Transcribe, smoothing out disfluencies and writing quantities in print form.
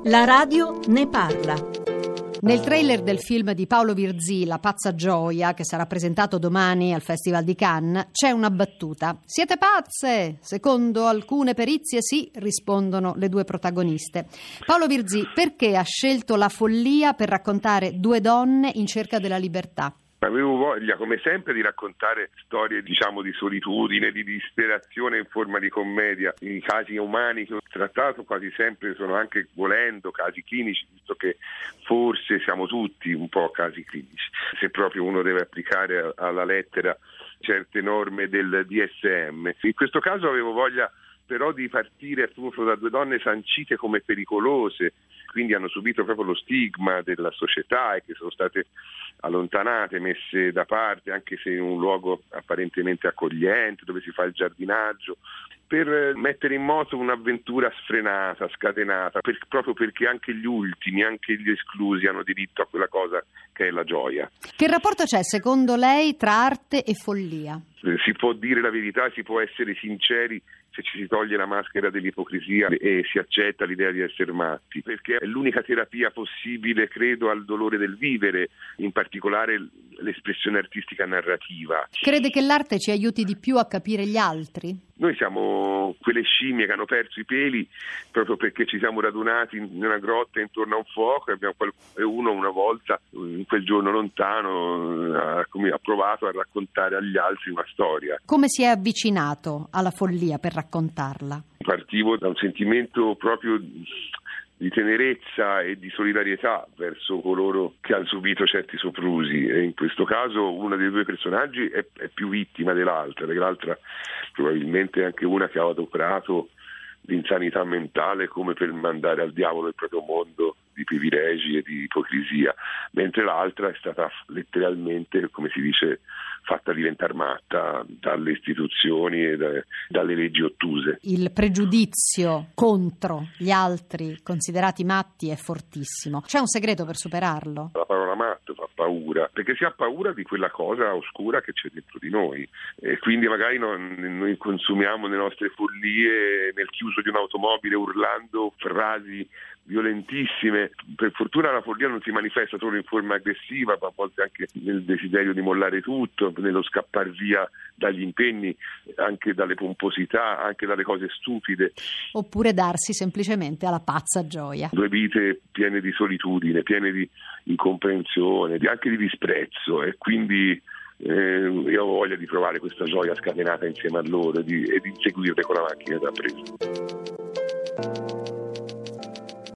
La radio ne parla. Nel trailer del film di Paolo Virzì, La pazza gioia, che sarà presentato domani al Festival di Cannes, c'è una battuta. Siete pazze? Secondo alcune perizie sì, rispondono le due protagoniste. Paolo Virzì, perché ha scelto la follia per raccontare due donne in cerca della libertà? Avevo voglia, come sempre, di raccontare storie, di solitudine, di disperazione in forma di commedia. I casi umani che ho trattato quasi sempre sono anche, volendo, casi clinici, visto che forse siamo tutti un po' casi clinici. Se proprio uno deve applicare alla lettera certe norme del DSM. In questo caso avevo voglia però di partire proprio da due donne sancite come pericolose, quindi hanno subito proprio lo stigma della società e che sono state allontanate, messe da parte, anche se in un luogo apparentemente accogliente, dove si fa il giardinaggio, per mettere in moto un'avventura sfrenata, scatenata, proprio perché anche gli ultimi, anche gli esclusi hanno diritto a quella cosa che è la gioia. Che rapporto c'è, secondo lei, tra arte e follia? Si può dire la verità, si può essere sinceri se ci si toglie la maschera dell'ipocrisia e si accetta l'idea di essere matti, perché è l'unica terapia possibile, credo, al dolore del vivere, in particolare l'espressione artistica narrativa. Crede che l'arte ci aiuti di più a capire gli altri? Noi siamo quelle scimmie che hanno perso i peli proprio perché ci siamo radunati in una grotta intorno a un fuoco e uno una volta, in quel giorno lontano, ha provato a raccontare agli altri una storia. Come si è avvicinato alla follia per raccontarla? Partivo da un sentimento proprio di tenerezza e di solidarietà verso coloro che hanno subito certi soprusi, e in questo caso uno dei due personaggi è più vittima dell'altra, perché l'altra probabilmente è anche una che ha adoperato l'insanità mentale come per mandare al diavolo il proprio mondo di privilegi e di ipocrisia, mentre l'altra è stata letteralmente, come si dice, fatta diventare matta dalle istituzioni e dalle leggi ottuse. Il pregiudizio contro gli altri considerati matti è fortissimo. C'è un segreto per superarlo? La parola matto fa paura, perché si ha paura di quella cosa oscura che c'è dentro di noi, e quindi magari noi consumiamo le nostre follie nel chiuso di un'automobile urlando frasi violentissime. Per fortuna la follia non si manifesta solo in forma aggressiva, ma a volte anche nel desiderio di mollare tutto, nello scappar via dagli impegni, anche dalle pomposità, anche dalle cose stupide. Oppure darsi semplicemente alla pazza gioia. Due vite piene di solitudine, piene di incomprensione, anche di disprezzo, e quindi io ho voglia di provare questa gioia scatenata insieme a loro e di inseguirle con la macchina da presa.